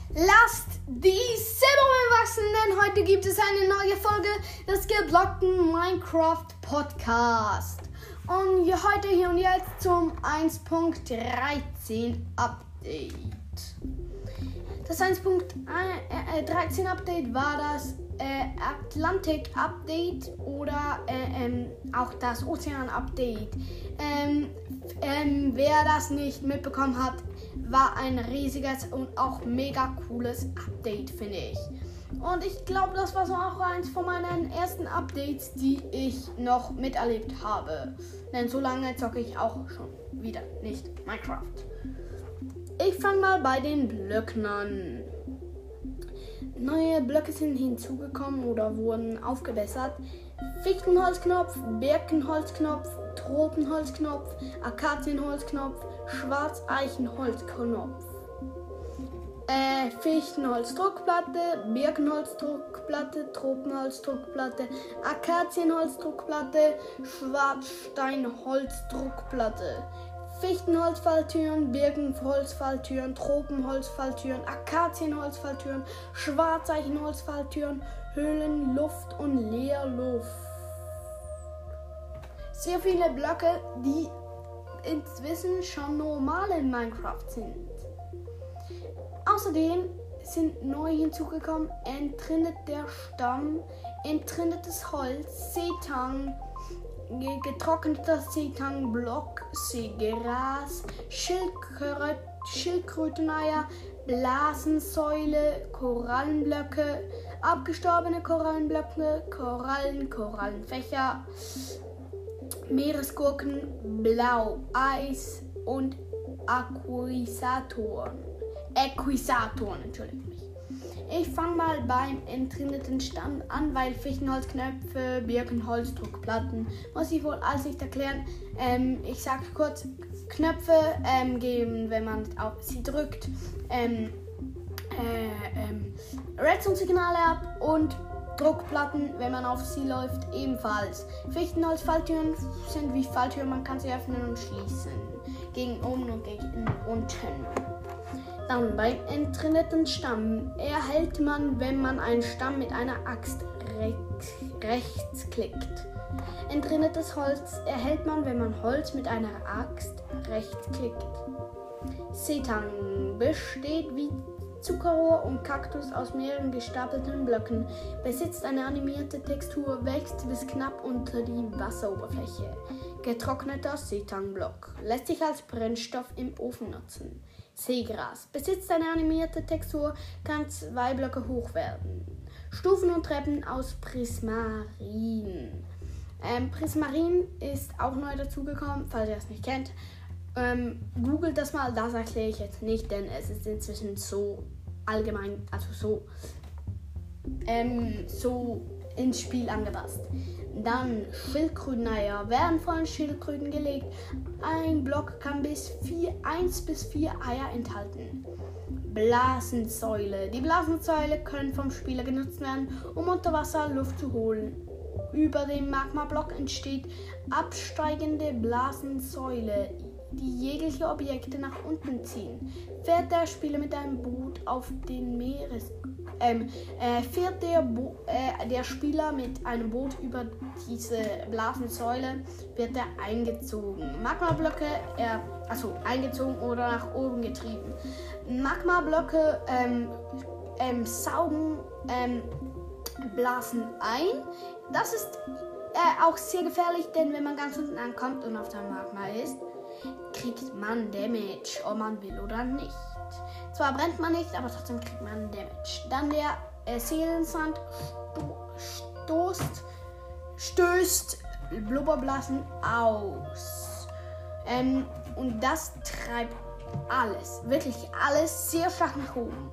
Lasst die Silbermüll wachsen, denn heute gibt es eine neue Folge des geblockten Minecraft Podcast. Und heute hier und jetzt zum 1.13 Update. Das 1.13 Update war das Atlantik Update oder auch das Ozean Update. Wer das nicht mitbekommen hat, war ein riesiges und auch mega cooles Update, finde ich. Und ich glaube, das war so auch eins von meinen ersten Updates, die ich noch miterlebt habe. Denn so lange zocke ich auch schon wieder nicht Minecraft. Ich fange mal bei den Blöcken an. Neue Blöcke sind hinzugekommen oder wurden aufgebessert. Fichtenholzknopf, Birkenholzknopf, Tropenholzknopf, Akazienholzknopf, Schwarzeichenholzknopf. Fichtenholzdruckplatte, Birkenholzdruckplatte, Tropenholzdruckplatte, Akazienholzdruckplatte, Schwarzsteinholzdruckplatte. Fichtenholzfalltüren, Birkenholzfalltüren, Tropenholzfalltüren, Akazienholzfalltüren, Schwarzeichenholzfalltüren, Höhlenluft und Leerluft. Sehr viele Blöcke, die inzwischen schon normal in Minecraft sind. Außerdem sind neu hinzugekommen entrindet der Stamm, entrindetes Holz, Seetang, getrockneter Seetangblock, Seegras, Schildkröteneier, Blasensäule, Korallenblöcke, abgestorbene Korallenblöcke, Korallenfächer, Meeresgurken, Blau, Eis und Äquisatoren, entschuldigt mich. Ich fange mal beim entrindeten Stamm an, weil Fichtenholzknöpfe, Birkenholzdruckplatten, muss ich wohl alles nicht erklären. Ich sage kurz, Knöpfe geben, wenn man auf sie drückt, Redstone-Signale ab und Druckplatten, wenn man auf sie läuft, ebenfalls. Fichtenholzfalltüren sind wie Falltüren, man kann sie öffnen und schließen. Gegen oben und gegen unten. Dann beim entrindeten Stamm erhält man, wenn man einen Stamm mit einer Axt rechts klickt. Entrindetes Holz erhält man, wenn man Holz mit einer Axt rechts klickt. Seetang besteht wie Zuckerrohr und Kaktus aus mehreren gestapelten Blöcken, besitzt eine animierte Textur, wächst bis knapp unter die Wasseroberfläche. Getrockneter Seetangblock lässt sich als Brennstoff im Ofen nutzen. Seegras besitzt eine animierte Textur, kann 2 Blöcke hoch werden. Stufen und Treppen aus Prismarin. Prismarin ist auch neu dazugekommen, falls ihr es nicht kennt. Googelt das mal, das erkläre ich jetzt nicht, denn es ist inzwischen so allgemein, also so ins Spiel angepasst. Dann Schildkröteneier werden von Schildkröten gelegt. Ein Block kann 1 bis 4 Eier enthalten. Blasensäule. Die Blasensäule können vom Spieler genutzt werden, um unter Wasser Luft zu holen. Über dem Magma-Block entsteht absteigende Blasensäule, die jegliche Objekte nach unten ziehen. Fährt der Spieler mit einem Boot auf den der Spieler mit einem Boot über diese Blasensäule, wird er eingezogen. Magmablöcke, eingezogen oder nach oben getrieben. Magmablöcke saugen Blasen ein. Das ist auch sehr gefährlich, denn wenn man ganz unten ankommt und auf der Magma ist, kriegt man Damage, ob man will oder nicht. Zwar brennt man nicht, aber trotzdem kriegt man Damage. Dann der Seelensand stößt Blubberblasen aus. Und das treibt alles, wirklich alles sehr stark nach oben.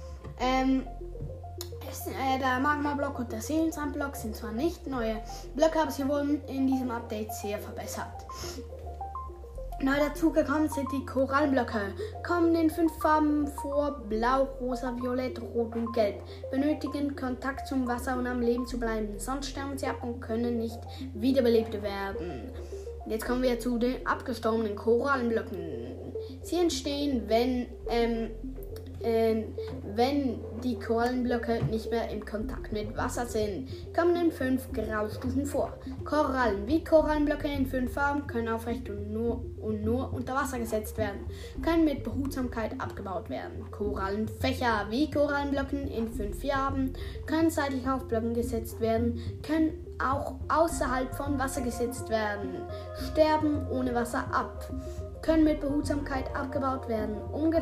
Der Magma-Block und der Seelensand-Block sind zwar nicht neue Blöcke, aber sie wurden in diesem Update sehr verbessert. Neu dazugekommen sind die Korallenblöcke. Kommen in 5 Farben vor: Blau, Rosa, Violett, Rot und Gelb. Benötigen Kontakt zum Wasser, um am Leben zu bleiben. Sonst sterben sie ab und können nicht wiederbelebt werden. Jetzt kommen wir zu den abgestorbenen Korallenblöcken. Sie entstehen, wenn Wenn die Korallenblöcke nicht mehr in Kontakt mit Wasser sind, kommen in 5 Graustufen vor. Korallen wie Korallenblöcke in 5 Farben können aufrecht und nur unter Wasser gesetzt werden, können mit Behutsamkeit abgebaut werden. Korallenfächer wie Korallenblöcke in 5 Farben können seitlich auf Blöcken gesetzt werden, können auch außerhalb von Wasser gesetzt werden, sterben ohne Wasser ab, können mit Behutsamkeit abgebaut werden.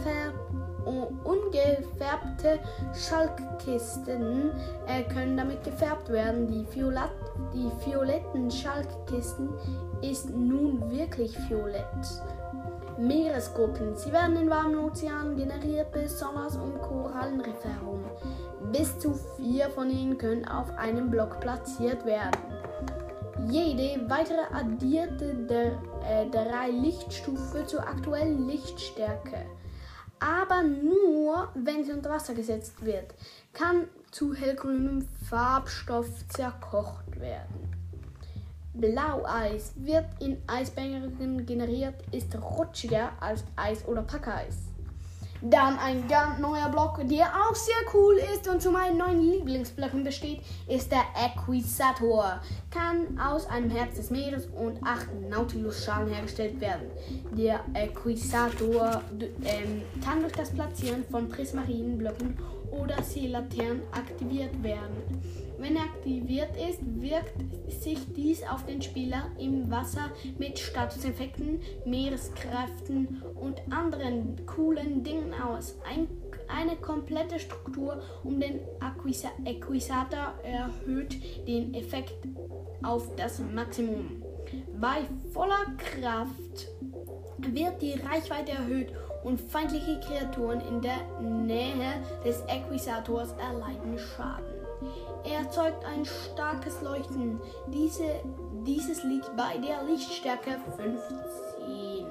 Ungefärbte Schalkkisten können damit gefärbt werden. Die violetten Schalkkisten ist nun wirklich violett. Meeresgruppen. Sie werden in warmen Ozeanen generiert, besonders um Korallenriffe herum. Bis zu 4 von ihnen können auf einem Block platziert werden. Jede weitere addierte 3 Lichtstufe zur aktuellen Lichtstärke. Aber nur, wenn sie unter Wasser gesetzt wird, kann zu hellgrünem Farbstoff zerkocht werden. Blaueis wird in Eisbergen generiert, ist rutschiger als Eis oder Packeis. Dann ein ganz neuer Block, der auch sehr cool ist und zu meinen neuen Lieblingsblöcken besteht, ist der Äquisator. Kann aus einem Herz des Meeres und 8 Nautilus-Schalen hergestellt werden. Der Äquisator kann durch das Platzieren von Prismarinenblöcken oder Seelaternen aktiviert werden. Wenn er aktiviert ist, wirkt sich dies auf den Spieler im Wasser mit Statuseffekten, Meereskräften und anderen coolen Dingen aus. Eine komplette Struktur um den Äquisator erhöht den Effekt auf das Maximum. Bei voller Kraft wird die Reichweite erhöht und feindliche Kreaturen in der Nähe des Äquisators erleiden Schaden. Er erzeugt ein starkes Leuchten. Dieses liegt bei der Lichtstärke 15.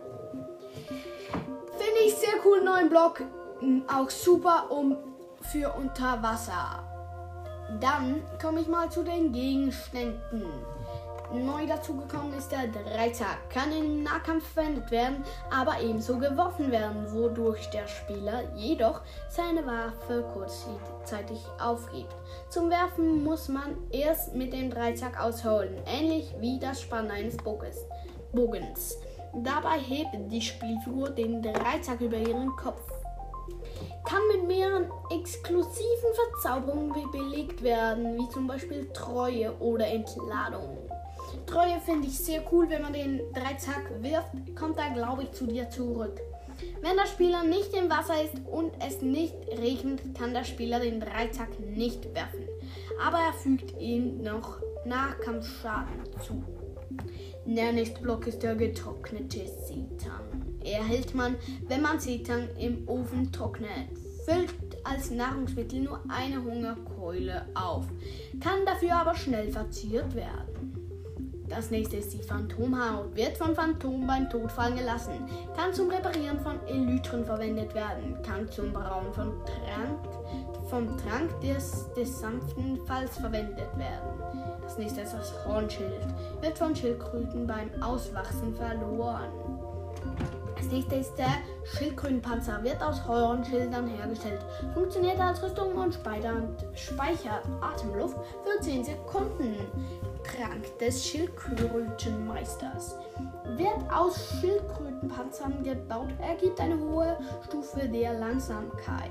Finde ich sehr cool, neuen Block. Auch super für unter Wasser. Dann komme ich mal zu den Gegenständen. Neu dazugekommen ist der Dreizack. Kann im Nahkampf verwendet werden, aber ebenso geworfen werden, wodurch der Spieler jedoch seine Waffe kurzzeitig aufgibt. Zum Werfen muss man erst mit dem Dreizack ausholen, ähnlich wie das Spannen eines Bogens. Dabei hebt die Spielfigur den Dreizack über ihren Kopf. Kann mit mehreren exklusiven Verzauberungen belegt werden, wie zum Beispiel Treue oder Entladung. Treue finde ich sehr cool, wenn man den Dreizack wirft, kommt er, glaube ich, zu dir zurück. Wenn der Spieler nicht im Wasser ist und es nicht regnet, kann der Spieler den Dreizack nicht werfen, aber er fügt ihm noch Nahkampfschaden zu. Der nächste Block ist der getrocknete Seetang. Erhält man, wenn man Seetang im Ofen trocknet. Füllt als Nahrungsmittel nur eine Hungerkeule auf, kann dafür aber schnell verziert werden. Das nächste ist die Phantomhaut, wird von Phantomen beim Tod fallen gelassen, kann zum Reparieren von Elytren verwendet werden, kann zum Brauen vom Trank des sanften Falls verwendet werden. Das nächste ist das Hornschild, wird von Schildkröten beim Auswachsen verloren. Das nächste ist der Schildkrötenpanzer, wird aus Hornschildern hergestellt, funktioniert als Rüstung und speichert Atemluft für 10 Sekunden. Trank des Schildkrötenmeisters, wird aus Schildkrötenpanzern gebaut, ergibt eine hohe Stufe der Langsamkeit.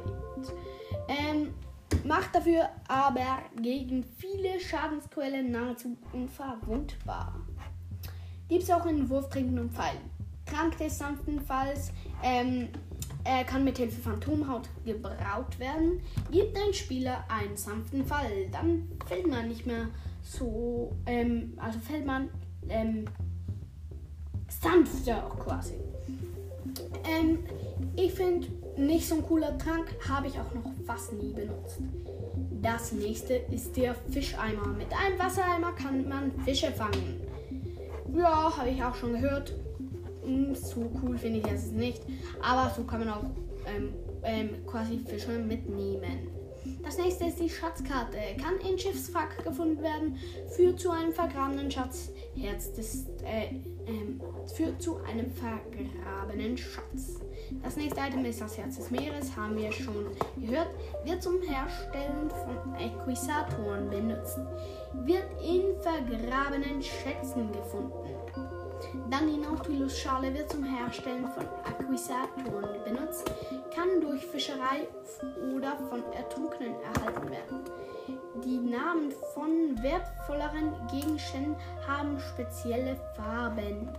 Macht dafür aber gegen viele Schadensquellen nahezu unverwundbar. Gibt es auch in Wurftrinken und Pfeilen. Trank des sanften Falls kann mit Hilfe Phantomhaut gebraut werden. Gibt ein Spieler einen sanften Fall, dann fällt man nicht mehr so, fällt man sanfter quasi. Ich finde, nicht so ein cooler Trank, habe ich auch noch fast nie benutzt. Das nächste ist der Fischeimer. Mit einem Wassereimer kann man Fische fangen. Ja, habe ich auch schon gehört. So cool finde ich es nicht. Aber so kann man auch quasi Fische mitnehmen. Das nächste ist die Schatzkarte. Kann in Schiffswrack gefunden werden, führt zu einem vergrabenen Schatz. Führt zu einem vergrabenen Schatz. Das nächste Item ist das Herz des Meeres, haben wir schon gehört. Wird zum Herstellen von Äquisatoren benutzt. Wird in vergrabenen Schätzen gefunden. Dann die Nautilus-Schale wird zum Herstellen von Äquisatoren benutzt, kann durch Fischerei oder von Ertrunkenen erhalten werden. Die Namen von wertvolleren Gegenständen haben spezielle Farben.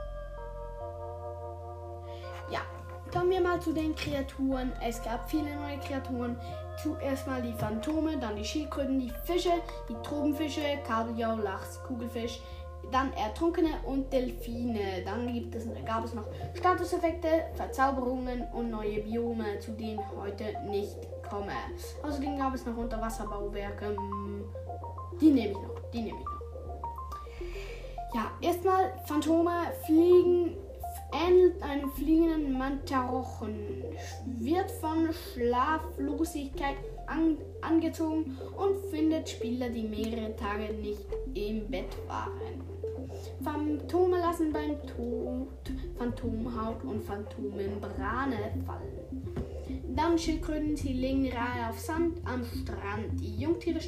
Ja, kommen wir mal zu den Kreaturen. Es gab viele neue Kreaturen. Zuerst mal die Phantome, dann die Schildkröten, die Fische, die Tropenfische, Kabeljau, Lachs, Kugelfisch, dann Ertrunkene und Delfine. Dann gab es noch Statuseffekte, Verzauberungen und neue Biome, zu denen heute nicht komme. Außerdem gab es noch Unterwasserbauwerke. Die nehme ich noch. Ja, erstmal Phantome ähnelt einem fliegenden Mantarochen, wird von Schlaflosigkeit angezogen und findet Spieler, die mehrere Tage nicht im Bett waren. Phantome lassen beim Tod Phantomhaut und Phantommembrane fallen. Dann Schildkröten, sie legen ihre Eier auf Sand am Strand. Die Jungtiere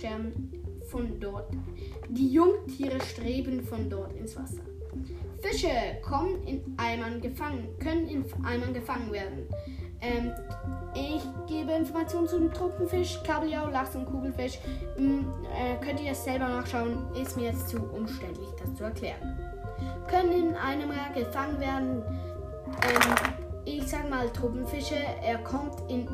streben von dort ins Wasser. Fische können in Eimern gefangen werden. Ich gebe Informationen zu dem Tropenfisch, Kabeljau, Lachs und Kugelfisch. Könnt ihr es selber nachschauen, ist mir jetzt zu umständlich, das zu erklären. Können in einem Jahr gefangen werden. Ich sag mal Tropenfische, er kommt in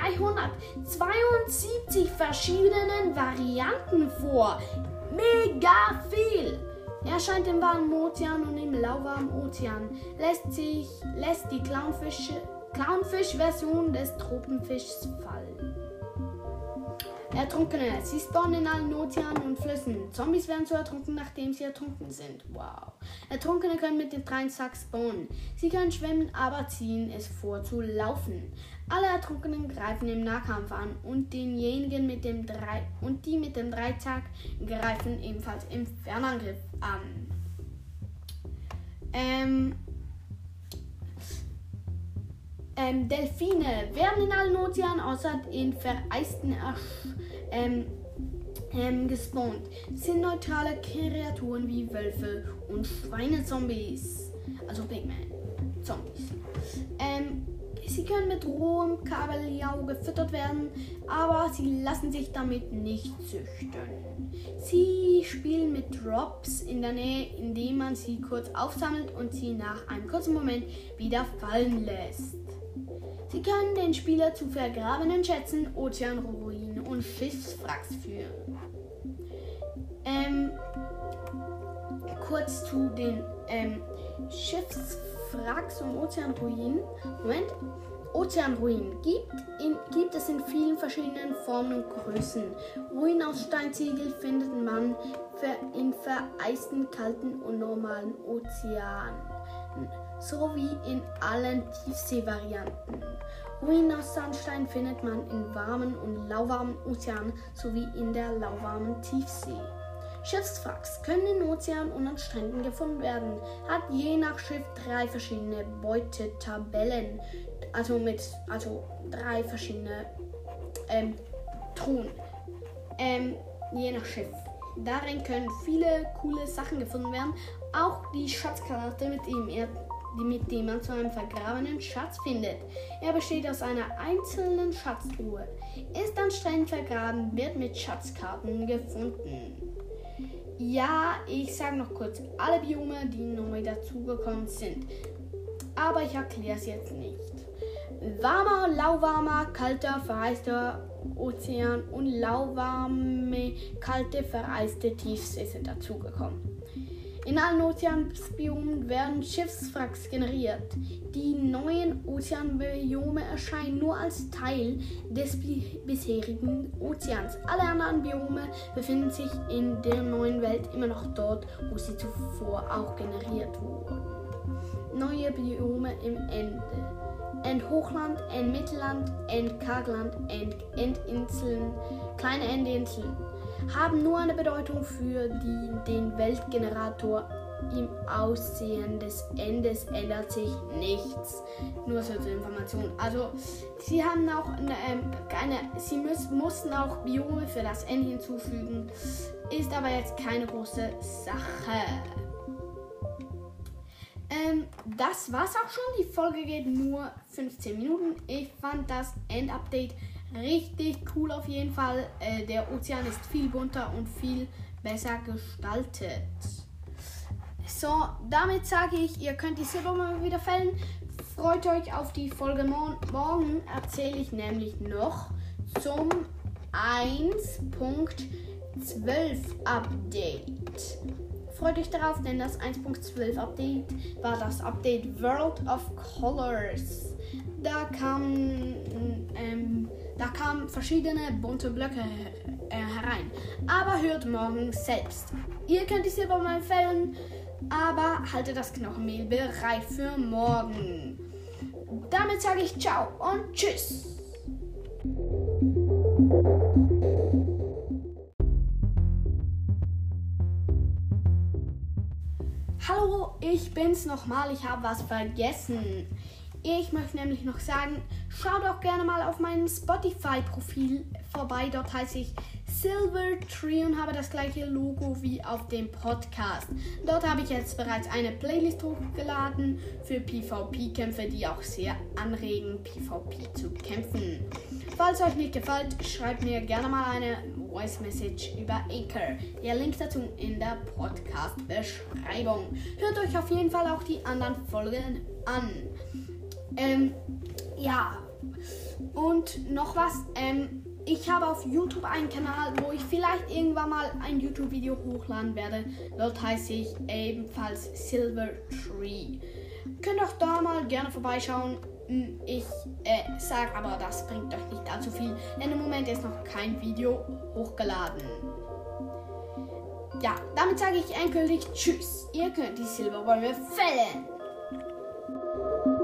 372 verschiedenen Varianten vor. Mega viel! Er erscheint im warmen Ozean und im lauwarmen Ozean. Lässt die Clownfisch-Version des Tropenfischs fallen. Ertrunkene. Sie spawnen in allen Ozeanen und Flüssen. Zombies werden zu ertrunken, nachdem sie ertrunken sind. Wow. Ertrunkene können mit dem Dreinsack spawnen. Sie können schwimmen, aber ziehen es vor zu laufen. Alle Ertrunkenen greifen im Nahkampf an und diejenigen mit dem Dreizack greifen ebenfalls im Fernangriff an. Delfine werden in allen Ozeanen außer in vereisten gespawnt. Sie sind neutrale Kreaturen wie Wölfe und Schweinezombies. Also Pigman-Zombies. Sie können mit rohem Kabeljau gefüttert werden, aber sie lassen sich damit nicht züchten. Sie spielen mit Drops in der Nähe, indem man sie kurz aufsammelt und sie nach einem kurzen Moment wieder fallen lässt. Sie können den Spieler zu vergrabenen Schätzen, Ozeanruinen und Schiffswracks führen. Kurz zu den Schiffswracks und Ozeanruinen. Ozeanruinen gibt es in vielen verschiedenen Formen und Größen. Ruinen aus Steinziegel findet man in vereisten, kalten und normalen Ozeanen, sowie in allen Tiefseevarianten. Ruinen aus Sandstein findet man in warmen und lauwarmen Ozeanen sowie in der lauwarmen Tiefsee. Schiffswracks können in Ozeanen und an Stränden gefunden werden. Hat je nach Schiff 3 verschiedene Beutetabellen, also 3 verschiedene Truhen, je nach Schiff. Darin können viele coole Sachen gefunden werden, auch die Schatzkarte, mit dem man zu einem vergrabenen Schatz findet. Er besteht aus einer einzelnen Schatztruhe. Ist an Stränden vergraben, wird mit Schatzkarten gefunden. Ja, ich sage noch kurz alle Biome, die neu dazugekommen sind. Aber ich erkläre es jetzt nicht. Warmer, lauwarmer, kalter, vereister Ozean und lauwarme, kalte, vereiste Tiefsee sind dazugekommen. In allen Ozeanbiomen werden Schiffswracks generiert. Die neuen Ozeanbiome erscheinen nur als Teil des bisherigen Ozeans. Alle anderen Biome befinden sich in der neuen Welt immer noch dort, wo sie zuvor auch generiert wurden. Neue Biome im Ende. Hochland, Mittelland, Kargland, Endinseln, kleine Endinseln haben nur eine Bedeutung für den Weltgenerator. Im Aussehen des Endes ändert sich nichts. Nur so zur Information. Also, sie haben auch mussten auch Biome für das Ende hinzufügen. Ist aber jetzt keine große Sache. Das war's auch schon. Die Folge geht nur 15 Minuten. Ich fand das Endupdate richtig cool auf jeden Fall. Der Ozean ist viel bunter und viel besser gestaltet. So, damit sage ich, ihr könnt die Silbermüll wieder fällen. Freut euch auf die Folge morgen. Erzähle ich nämlich noch zum 1.12 Update. Freut euch darauf, denn das 1.12 Update war das Update World of Colors. Da kamen verschiedene bunte Blöcke herein. Aber hört morgen selbst. Ihr könnt die Silbermüll fällen, aber haltet das Knochenmehl bereit für morgen. Damit sage ich ciao und tschüss. Hallo, ich bin's nochmal, ich habe was vergessen. Ich möchte nämlich noch sagen, schaut auch gerne mal auf meinem Spotify-Profil vorbei. Dort heiße ich Silvertree und habe das gleiche Logo wie auf dem Podcast. Dort habe ich jetzt bereits eine Playlist hochgeladen für PvP-Kämpfe, die auch sehr anregen, PvP zu kämpfen. Falls euch nicht gefällt, schreibt mir gerne mal eine Voice Message über Anchor. Der Link dazu in der Podcast-Beschreibung. Hört euch auf jeden Fall auch die anderen Folgen an. Ja, und noch was, ich habe auf YouTube einen Kanal, wo ich vielleicht irgendwann mal ein YouTube-Video hochladen werde. Dort heiße ich ebenfalls Silvertree. Könnt auch da mal gerne vorbeischauen. Ich sage aber, das bringt euch nicht allzu viel, denn im Moment ist noch kein Video hochgeladen. Ja, damit sage ich endgültig Tschüss. Ihr könnt die Silberbäume fällen.